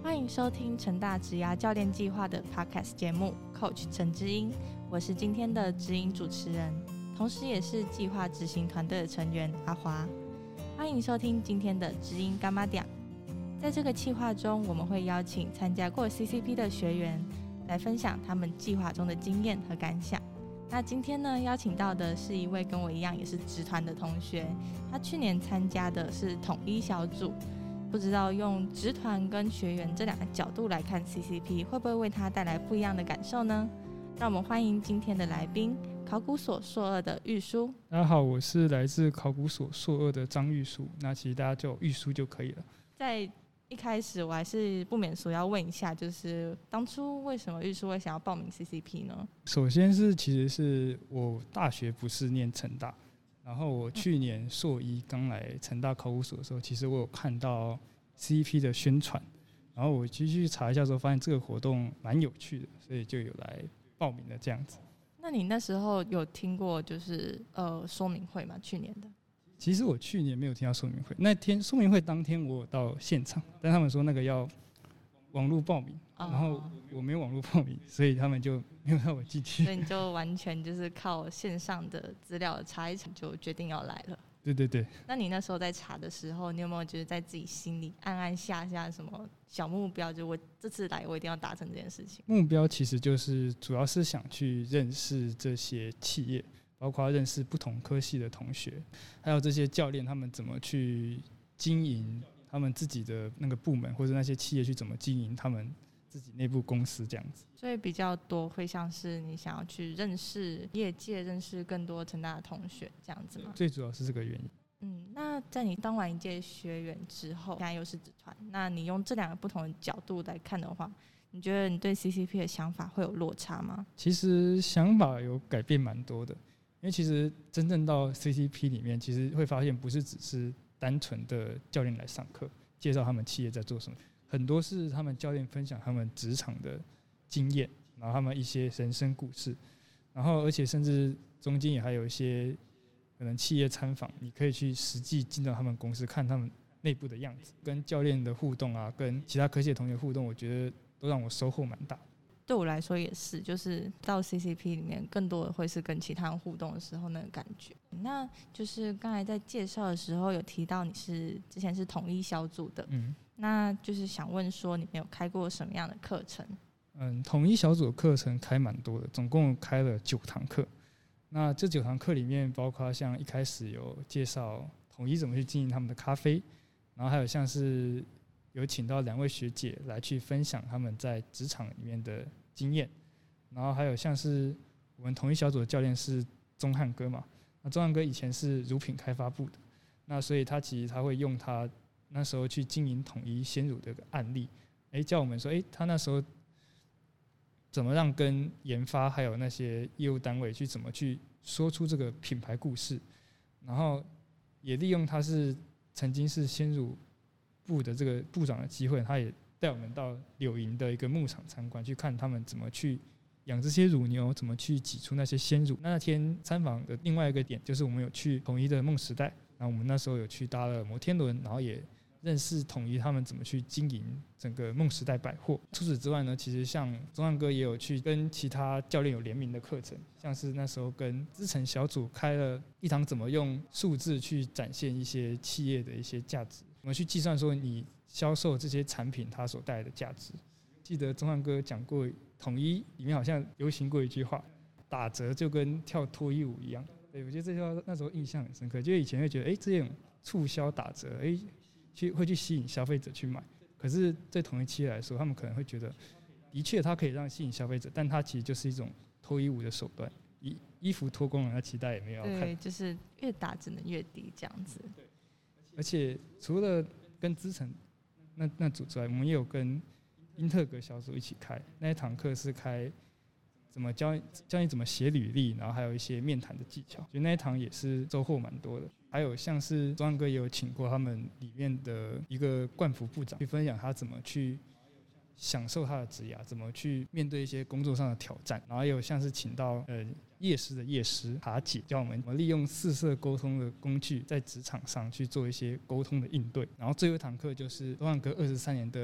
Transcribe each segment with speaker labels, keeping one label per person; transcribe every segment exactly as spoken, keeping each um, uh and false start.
Speaker 1: 欢迎收听成大职涯教练计划的 Podcast 节目 Coach 陈之英，我是今天的指引主持人，同时也是计划执行团队的成员阿华。欢迎收听今天的指引干妈点。在这个计划中，我们会邀请参加过 C C P 的学员来分享他们计划中的经验和感想。那今天呢，邀请到的是一位跟我一样也是职团的同学，他去年参加的是统一小组，不知道用职团跟学员这两个角度来看 C C P 会不会为他带来不一样的感受呢？让我们欢迎今天的来宾，考古所硕二的玉书。
Speaker 2: 大家好，我是来自考古所硕二的张玉书，那其实大家叫我玉书就可以了。
Speaker 1: 在一开始我还是不免俗要问一下，就是当初为什么玉书会想要报名 C C P 呢？
Speaker 2: 首先是其实是我大学不是念成大，然后我去年硕一刚来成大考古所的时候，其实我有看到 C C P 的宣传，然后我继续查一下之后发现这个活动蛮有趣的，所以就有来报名了这样子。
Speaker 1: 那你那时候有听过就是呃说明会吗？去年的？
Speaker 2: 其实我去年没有听到说明会，那天说明会当天我有到现场，但他们说那个要网络报名，然后我没有网络报名，所以他们就没有让我进去。
Speaker 1: 所以你就完全就是靠线上的资料查一查，就决定要来了。
Speaker 2: 对对对。
Speaker 1: 那你那时候在查的时候，你有没有就是在自己心里暗暗下下什么小目标，就我这次来我一定要达成这件事情？
Speaker 2: 目标其实就是主要是想去认识这些企业，包括认识不同科系的同学，还有这些教练他们怎么去经营他们自己的那个部门，或者那些企业去怎么经营他们自己内部公司这样子。
Speaker 1: 所以比较多会像是你想要去认识业界，认识更多成大的同学这样子吗？
Speaker 2: 最主要是这个原因。
Speaker 1: 嗯，那在你当完一届学员之后，现在又是职团，那你用这两个不同的角度来看的话，你觉得你对 C C P 的想法会有落差吗？
Speaker 2: 其实想法有改变蛮多的，因为其实真正到 C C P 里面，其实会发现不是只是单纯的教练来上课介绍他们企业在做什么，很多是他们教练分享他们职场的经验，然后他们一些人生故事，然后而且甚至中间也还有一些可能企业参访，你可以去实际进到他们公司看他们内部的样子，跟教练的互动啊，跟其他科系的同学互动，我觉得都让我收获蛮大。
Speaker 1: 对我来说也是，就是到 C C P 里面更多的会是跟其他人互动的时候那个感觉。那就是刚才在介绍的时候有提到你是之前是统一小组的，嗯，那就是想问说你们有开过什么样的课程？
Speaker 2: 嗯，统一小组的课程开蛮多的，总共开了九堂课。那这九堂课里面，包括像一开始有介绍统一怎么去经营他们的咖啡，然后还有像是有请到两位学姐来去分享他们在职场里面的经验，然后还有像是我们统一小组的教练是钟汉哥嘛，那钟汉哥以前是乳品开发部的，那所以他其实他会用他那时候去经营统一鲜乳的一个案例，哎，教我们说，哎，他那时候怎么让跟研发还有那些业务单位去怎么去说出这个品牌故事，然后也利用他是曾经是鲜乳部的这个部长的机会，他也带我们到柳营的一个牧场参观，去看他们怎么去养这些乳牛，怎么去挤出那些鲜乳。那天参访的另外一个点就是我们有去统一的梦时代，然后我们那时候有去搭了摩天轮，然后也认识统一他们怎么去经营整个梦时代百货。除此之外呢，其实像钟汉哥也有去跟其他教练有联名的课程，像是那时候跟资诚小组开了一堂怎么用数字去展现一些企业的一些价值，怎么去计算说你销售这些产品它所带来的价值。记得钟汉哥讲过，统一里面好像流行过一句话，打折就跟跳脱衣舞一样。对，我觉得这句话那时候印象很深刻，就以前会觉得哎，这种促销打折，哎，去会去吸引消费者去买，可是对统一企业来说，他们可能会觉得，的确它可以让吸引消费者，但它其实就是一种脱衣舞的手段，衣衣服脱光了，那其他也没有要看。
Speaker 1: 对，就是越打只能越低这样子。
Speaker 2: 而且除了跟资诚那那组之外，我们也有跟英特格小组一起开那一堂课，是开怎么教教你怎么写履历，然后还有一些面谈的技巧，所以那一堂也是收获蛮多的。还有像是钟汉哥也有请过他们里面的一个冠服部长去分享他怎么去享受他的职涯，怎么去面对一些工作上的挑战，然后也有像是请到呃业师的业师卡姐，教我们怎么利用四色沟通的工具在职场上去做一些沟通的应对。然后最后一堂课就是钟汉哥二十三年的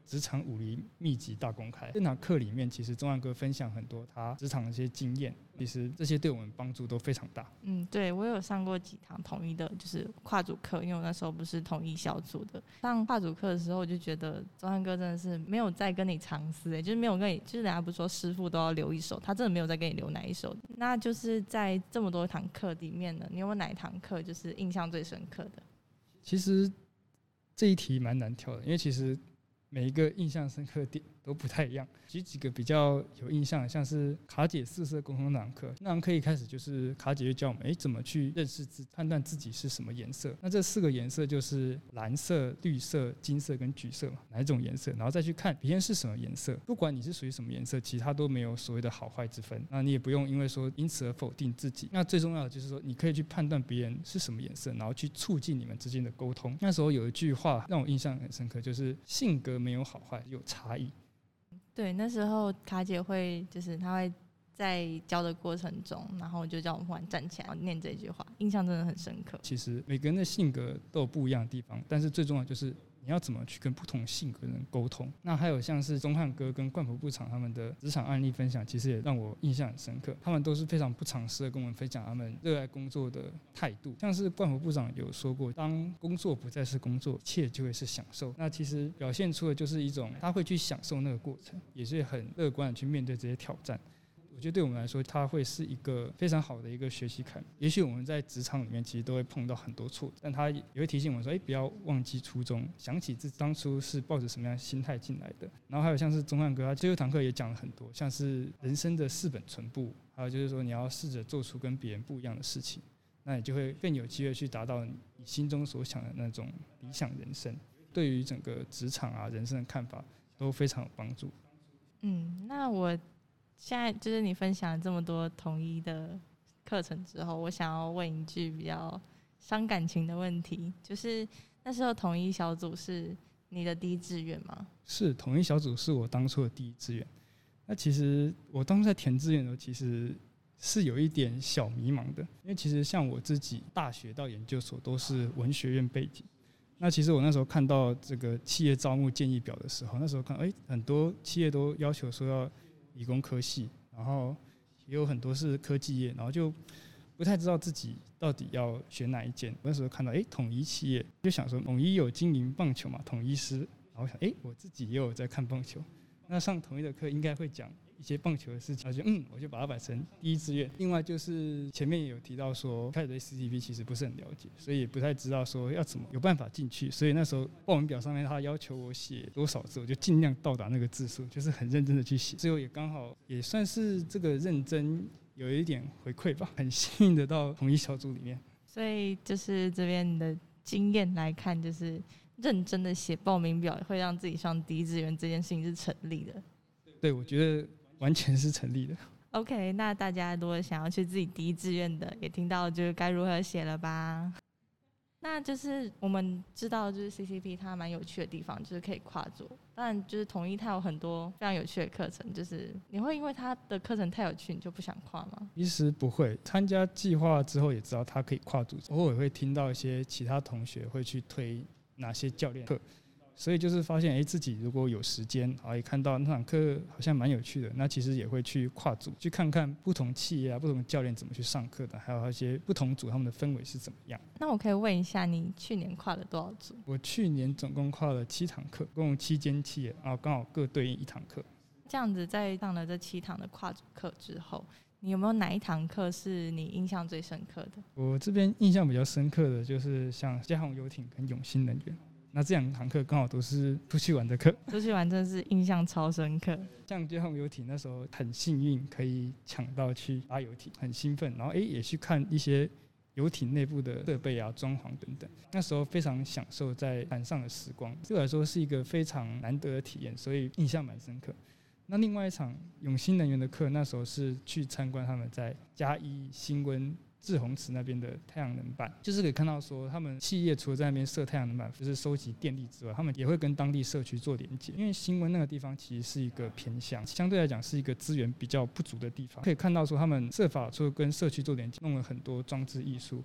Speaker 2: 职场武林秘籍大公开。这堂课里面，其实钟汉哥分享很多他职场的一些经验，其实这些对我们帮助都非常大。
Speaker 1: 嗯，对，我有上过几堂统一的，就是跨组课，因为我那时候不是统一小组的。上跨组课的时候，我就觉得钟汉哥真的是没有在跟你藏私、欸，就是没有跟你，就是人家不是说师傅都要留一手，他真的没有在跟你留哪一手。那就是在这么多堂课里面呢，你有没有哪一堂课就是印象最深刻的？
Speaker 2: 其实这一题蛮难挑的，因为其实每一个印象深刻的点都不太一样。举几个比较有印象的，像是卡姐四色沟通那堂课，那堂课一开始就是卡姐就教我们，哎，怎么去认识自判断自己是什么颜色。那这四个颜色就是蓝色、绿色、金色跟橘色嘛，哪一种颜色，然后再去看别人是什么颜色。不管你是属于什么颜色，其实它都没有所谓的好坏之分。那你也不用因为说因此而否定自己。那最重要的就是说，你可以去判断别人是什么颜色，然后去促进你们之间的沟通。那时候有一句话让我印象很深刻，就是性格没有好坏，有差异。
Speaker 1: 对，那时候卡姐会就是她会在教的过程中，然后就叫我们忽然站起来，然后念这句话，印象真的很深刻。
Speaker 2: 其实每个人的性格都有不一样的地方，但是最重要的就是你要怎么去跟不同性格的人沟通。那还有像是钟汉哥跟冠甫部长他们的职场案例分享，其实也让我印象很深刻。他们都是非常不藏私的跟我们分享他们热爱工作的态度。像是冠甫部长有说过，当工作不再是工作，一切就会是享受。那其实表现出的就是一种他会去享受那个过程，也是很乐观的去面对这些挑战。我觉得对我们来说，它会是一个非常好的一个学习坎。也许我们在职场里面其实都会碰到很多挫折，但它也会提醒我们说，哎，不要忘记初衷，想起自己当初是抱着什么样的心态进来的。然后还有像是钟汉哥，他最后一堂课也讲了很多，像是人生的四本存簿，还有就是说你要试着做出跟别人不一样的事情，那你就会更有机会去达到你心中所想的那种理想人生。对于整个职场啊、人生的看法都非常有帮助。
Speaker 1: 嗯，那我现在就是你分享了这么多统一的课程之后，我想要问一句比较伤感情的问题，就是那时候统一小组是你的第一志愿吗？
Speaker 2: 是，统一小组是我当初的第一志愿。那其实我当初在填志愿的时候，其实是有一点小迷茫的，因为其实像我自己大学到研究所都是文学院背景。那其实我那时候看到这个企业招募建议表的时候，那时候看，哎，很多企业都要求说要理工科系，然后也有很多是科技业，然后就不太知道自己到底要选哪一间。那时候看到哎统一企业，就想说统一有经营棒球嘛，统一师，然后想哎我自己也有在看棒球，那上统一的课应该会讲一些棒球的事情，我就嗯我就把它摆成第一志愿。另外就是前面也有提到说，开始对 C T P 其实不是很了解，所以也不太知道说要怎么有办法进去，所以那时候报名表上面他要求我写多少字，我就尽量到达那个字数，就是很认真的去写。最后也刚好也算是这个认真有一点回馈吧，很幸运的到统一小组里面。
Speaker 1: 所以就是这边的经验来看，就是认真的写报名表会让自己上第一志愿这件事情是成立的。
Speaker 2: 对，我觉得完全是成立的。
Speaker 1: OK， 那大家如果想要去自己第一志愿的，也听到就是该如何写了吧？那就是我们知道，就是 C C P 它蛮有趣的地方，就是可以跨组。当然，就是统一它有很多非常有趣的课程，就是你会因为它的课程太有趣，你就不想跨吗？
Speaker 2: 其实不会，参加计划之后也知道它可以跨组，偶尔会听到一些其他同学会去推哪些教练课。所以就是发现，哎，自己如果有时间，然后也看到那堂课好像蛮有趣的，那其实也会去跨组，去看看不同企业啊、不同教练怎么去上课的，还有一些不同组他们的氛围是怎么样。
Speaker 1: 那我可以问一下，你去年跨了多少组？
Speaker 2: 我去年总共跨了七堂课，共七间企业，然后刚好各对应一堂课。
Speaker 1: 这样子，在上了这七堂的跨组课之后，你有没有哪一堂课是你印象最深刻的？
Speaker 2: 我这边印象比较深刻的就是像嘉航游艇跟永兴能源。那这两堂课刚好都是出去玩的课，
Speaker 1: 出去玩真的是印象超深刻。
Speaker 2: 像嘉航游艇那时候很幸运可以抢到去搭游艇，很兴奋，然后哎也去看一些游艇内部的设备啊、装潢等等。那时候非常享受在船上的时光，对我来说是一个非常难得的体验，所以印象蛮深刻。那另外一场永兴能源的课，那时候是去参观他们在嘉义新温志宏池那边的太阳能板，就是可以看到说他们企业除了在那边设太阳能板，就是收集电力之外，他们也会跟当地社区做连接。因为新温那个地方其实是一个偏乡，相对来讲是一个资源比较不足的地方，可以看到说他们设法说跟社区做连接，弄了很多装置艺术，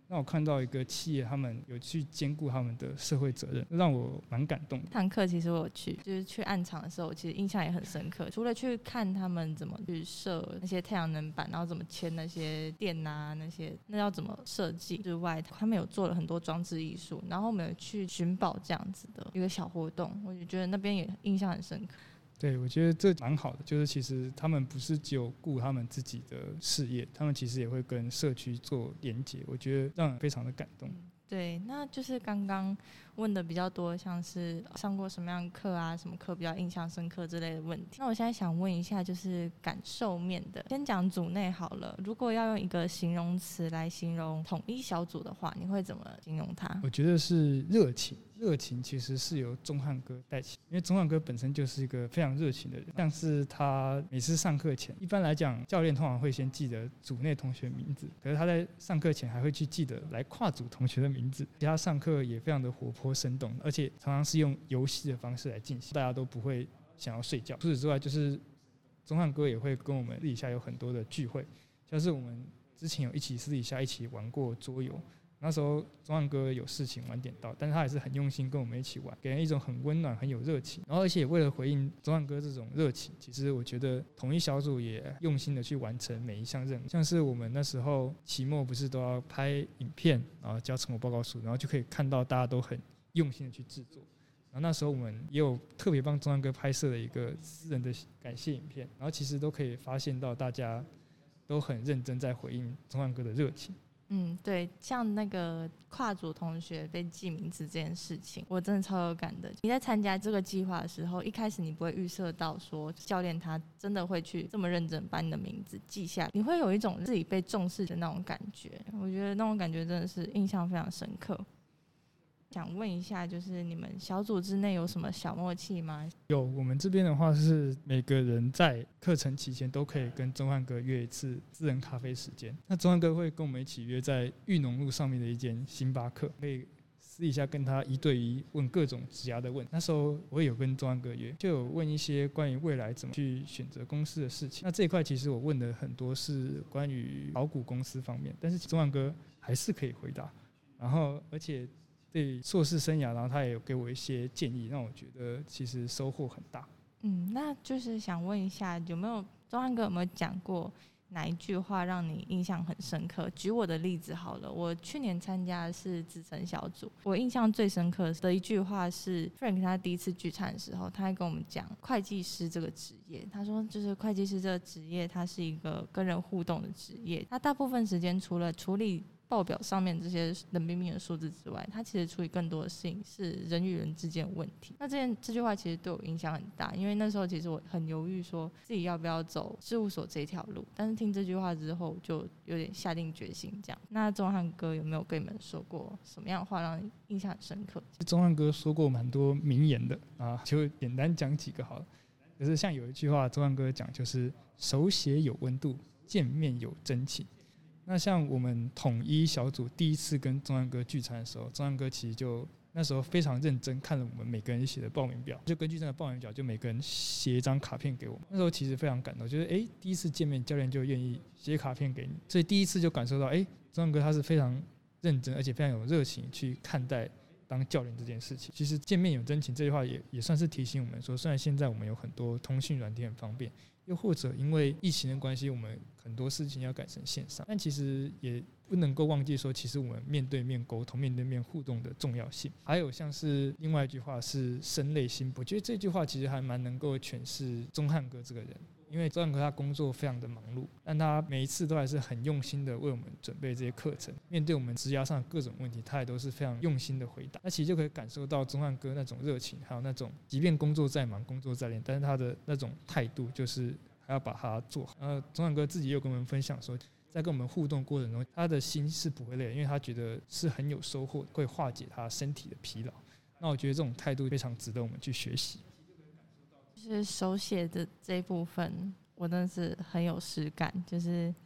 Speaker 2: 让我看到一个企业他们有去兼顾他们的社会责任，让我蛮感动的。
Speaker 1: 这堂课其实我有去，就是去暗场的时候，我其实印象也很深刻。除了去看他们怎么去设那些太阳能板，然后怎么牵那些电啊，那些那要怎么设计之外，他们有做了很多装置艺术，然后我们有去寻宝这样子的一个小活动，我就觉得那边也印象很深刻。
Speaker 2: 对，我觉得这蛮好的，就是其实他们不是只有顾他们自己的事业，他们其实也会跟社区做连结，我觉得让人非常的感动。
Speaker 1: 对，那就是刚刚问的比较多，像是上过什么样的课啊，什么课比较印象深刻之类的问题。那我现在想问一下，就是感受面的，先讲组内好了。如果要用一个形容词来形容统一小组的话，你会怎么形容它？
Speaker 2: 我觉得是热情。热情其实是由钟汉哥带起，因为钟汉哥本身就是一个非常热情的人，像是他每次上课前，一般来讲教练通常会先记得组内同学名字，可是他在上课前还会去记得来跨组同学的名字。他上课也非常的活泼生动，而且常常是用游戏的方式来进行，大家都不会想要睡觉。除此之外，就是钟汉哥也会跟我们私底下有很多的聚会，像是我们之前有一起私底下一起玩过桌游，那时候钟汉哥有事情晚点到，但是他也是很用心跟我们一起玩，给人一种很温暖很有热情。然后而且为了回应钟汉哥这种热情，其实我觉得统一小组也用心的去完成每一项任务，像是我们那时候期末不是都要拍影片，然后交成果报告书，然后就可以看到大家都很用心的去制作。然后那时候我们也有特别帮钟汉哥拍摄了一个私人的感谢影片，然后其实都可以发现到大家都很认真在回应钟汉哥的热情。
Speaker 1: 嗯，对，像那个跨组同学被记名字这件事情，我真的超有感的。你在参加这个计划的时候，一开始你不会预设到说教练他真的会去这么认真把你的名字记下来，你会有一种自己被重视的那种感觉。我觉得那种感觉真的是印象非常深刻。想问一下，就是你们小组之内有什么小默契吗？
Speaker 2: 有，我们这边的话是每个人在课程期间都可以跟钟汉哥约一次私人咖啡时间。那钟汉哥会跟我们一起约在裕农路上面的一间星巴克，可以私底下跟他一对一问各种职涯的问题。那时候我也有跟钟汉哥约，就有问一些关于未来怎么去选择公司的事情。那这一块其实我问的很多是关于炒股公司方面，但是钟汉哥还是可以回答。然后而且对硕士生涯，然后他也有给我一些建议，让我觉得其实收获很大。
Speaker 1: 嗯，那就是想问一下，有没有钟汉哥有没有讲过哪一句话让你印象很深刻？举我的例子好了，我去年参加的是资深小组，我印象最深刻的一句话是 Frank 他第一次聚餐的时候，他还跟我们讲会计师这个职业，他说就是会计师这个职业，它是一个跟人互动的职业，他大部分时间除了处理报表上面这些冷冰冰的数字之外，他其实处理更多的事情是人与人之间的问题。那这件这句话其实对我影响很大，因为那时候其实我很犹豫说自己要不要走事务所这一条路，但是听这句话之后就有点下定决心这样。那钟汉哥有没有跟你们说过什么样的话让你印象很深刻？
Speaker 2: 钟汉哥说过蛮多名言的啊，就简单讲几个好了。就是像有一句话钟汉哥讲，就是手写有温度，见面有真情。那像我们统一小组第一次跟钟汉哥聚餐的时候，钟汉哥其实就那时候非常认真看了我们每个人写的报名表，就根据这个报名表，就每个人写一张卡片给我们。那时候其实非常感动，就是哎、欸，第一次见面教练就愿意写卡片给你，所以第一次就感受到，哎、欸，钟汉哥他是非常认真，而且非常有热情去看待当教练这件事情。其实见面有真情这句话也也算是提醒我们说，虽然现在我们有很多通讯软体很方便，又或者因为疫情的关系，我们很多事情要改成线上，但其实也不能够忘记说，其实我们面对面沟通、面对面互动的重要性。还有像是另外一句话是身类心不，我觉得这句话其实还蛮能够诠释钟汉哥这个人。因为钟汉哥他工作非常的忙碌，但他每一次都还是很用心的为我们准备这些课程，面对我们职涯上的各种问题，他也都是非常用心的回答。那其实就可以感受到钟汉哥那种热情，还有那种即便工作再忙、工作再累，但是他的那种态度就是还要把它做好。呃，钟汉哥自己又跟我们分享说，在跟我们互动过程中，他的心是不会累的，因为他觉得是很有收获，会化解他身体的疲劳。那我觉得这种态度非常值得我们去学习。
Speaker 1: 就是手写的这一部分，我真的是很有实感。就是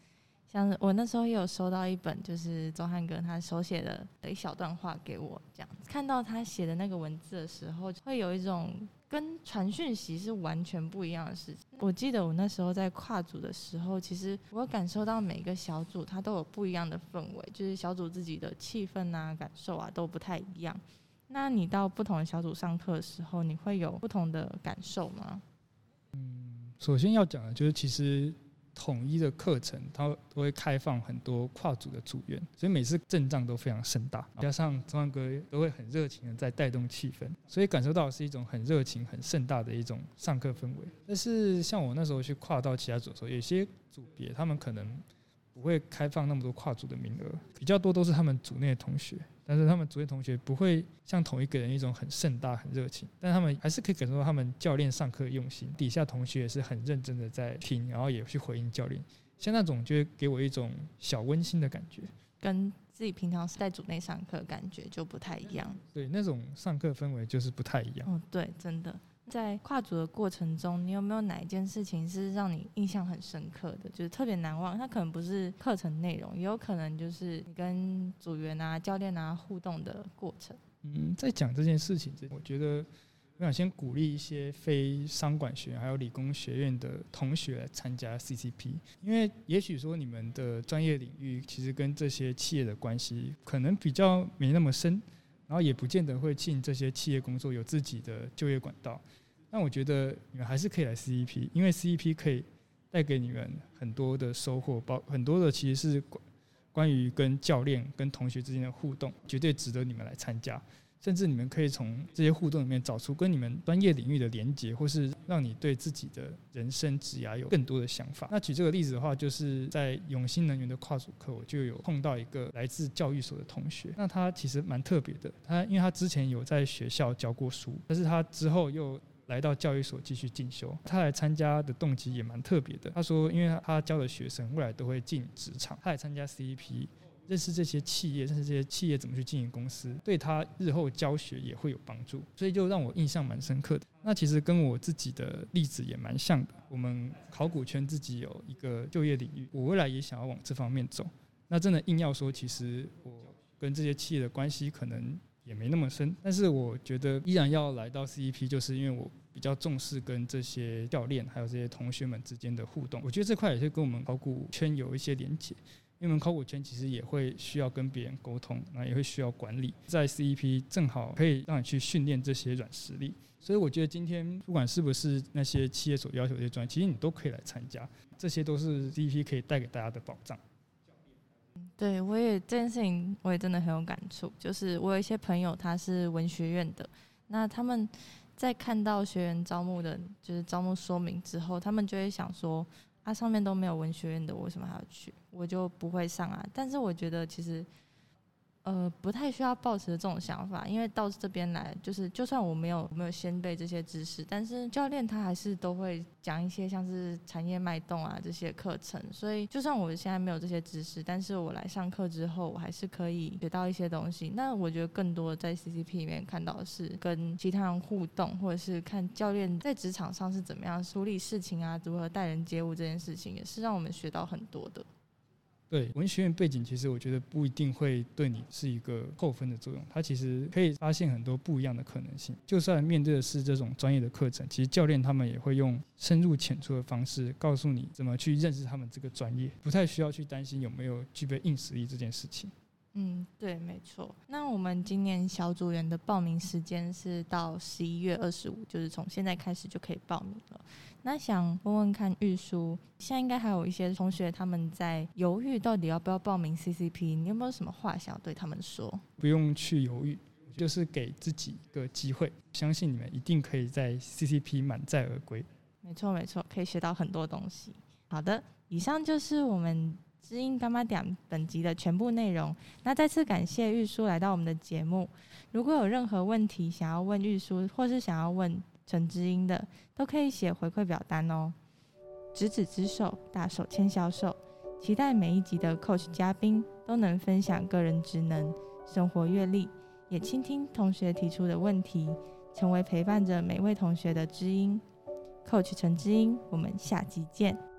Speaker 1: 像我那时候也有收到一本，就是周汉哥他手写的一小段话给我，这样看到他写的那个文字的时候，会有一种跟传讯息是完全不一样的事情。我记得我那时候在跨组的时候，其实我感受到每个小组它都有不一样的氛围，就是小组自己的气氛啊、感受啊都不太一样。那你到不同的小组上课的时候，你会有不同的感受吗？
Speaker 2: 嗯，首先要讲的就是其实统一的课程它都会开放很多跨组的组员，所以每次阵仗都非常盛大，加上中汉哥都会很热情的在带动气氛，所以感受到的是一种很热情很盛大的一种上课氛围。但是像我那时候去跨到其他组的时候，有些组别他们可能不会开放那么多跨组的名额，比较多都是他们组内的同学，但是他们组内同学不会像同一个人一种很盛大很热情，但他们还是可以感受到他们教练上课的用心，底下同学也是很认真的在听，然后也去回应教练，像那种就会给我一种小温馨的感觉，
Speaker 1: 跟自己平常在组内上课感觉就不太一样。
Speaker 2: 对，那种上课氛围就是不太一样。
Speaker 1: 哦，对，真的。在跨组的过程中，你有没有哪一件事情是让你印象很深刻的，就是特别难忘？它可能不是课程内容，也有可能就是你跟组员啊、教练啊互动的过程。
Speaker 2: 嗯，在讲这件事情之前，我觉得我想先鼓励一些非商管学院还有理工学院的同学来参加 C C P， 因为也许说你们的专业领域其实跟这些企业的关系可能比较没那么深，然后也不见得会进这些企业工作有自己的就业管道。但我觉得你们还是可以来 C C P， 因为 C C P 可以带给你们很多的收获，包很多的其实是关于跟教练跟同学之间的互动，绝对值得你们来参加。甚至你们可以从这些互动里面找出跟你们专业领域的连结，或是让你对自己的人生职涯有更多的想法。那举这个例子的话，就是在永兴能源的跨组课，我就有碰到一个来自教育所的同学，那他其实蛮特别的，他因为他之前有在学校教过书，但是他之后又来到教育所继续进修，他来参加的动机也蛮特别的。他说，因为他教的学生未来都会进职场，他来参加 C E P， 认识这些企业，认识这些企业怎么去经营公司，对他日后教学也会有帮助，所以就让我印象蛮深刻的。那其实跟我自己的例子也蛮像的，我们考古圈自己有一个就业领域，我未来也想要往这方面走。那真的硬要说，其实我跟这些企业的关系可能也没那么深，但是我觉得依然要来到 C E P， 就是因为我比较重视跟这些教练还有这些同学们之间的互动。我觉得这块也是跟我们考古圈有一些连结，因为我们考古圈其实也会需要跟别人沟通，那也会需要管理，在 C E P 正好可以让你去训练这些软实力。所以我觉得今天不管是不是那些企业所要求的这些专业，其实你都可以来参加，这些都是 C E P 可以带给大家的保障。
Speaker 1: 对，我也这件事情我也真的很有感触，就是我有一些朋友他是文学院的，那他们在看到学员招募的就是招募说明之后，他们就会想说啊，上面都没有文学院的，我为什么还要去？我就不会上啊。但是我觉得其实呃不太需要抱持这种想法，因为到这边来，就是就算我没有没有先背这些知识，但是教练他还是都会讲一些像是产业脉动啊这些课程，所以就算我现在没有这些知识，但是我来上课之后，我还是可以学到一些东西。那我觉得更多在 C C P 里面看到的是跟其他人互动，或者是看教练在职场上是怎么样处理事情啊，如何待人接物这件事情，也是让我们学到很多的。
Speaker 2: 对，文学院背景其实我觉得不一定会对你是一个扣分的作用，它其实可以发现很多不一样的可能性。就算面对的是这种专业的课程，其实教练他们也会用深入浅出的方式告诉你怎么去认识他们这个专业，不太需要去担心有没有具备硬实力这件事情。
Speaker 1: 嗯，对，没错。那我们今年小组员的报名时间是到十一月二十五，就是从现在开始就可以报名了。那想问问看玉书，现在应该还有一些同学他们在犹豫到底要不要报名 C C P， 你有没有什么话想要对他们说？
Speaker 2: 不用去犹豫，就是给自己一个机会，相信你们一定可以在 C C P 满载而归。
Speaker 1: 没错没错，可以学到很多东西。好的，以上就是我们知音干妈点本集的全部内容。那再次感谢玉书来到我们的节目。如果有任何问题想要问玉书，或是想要问陈知音的，都可以写回馈表单哦。执子之手，大手牵小手，期待每一集的 Coach 嘉宾都能分享个人职能、生活阅历，也倾听同学提出的问题，成为陪伴着每位同学的知音。Coach 陈知音，我们下集见。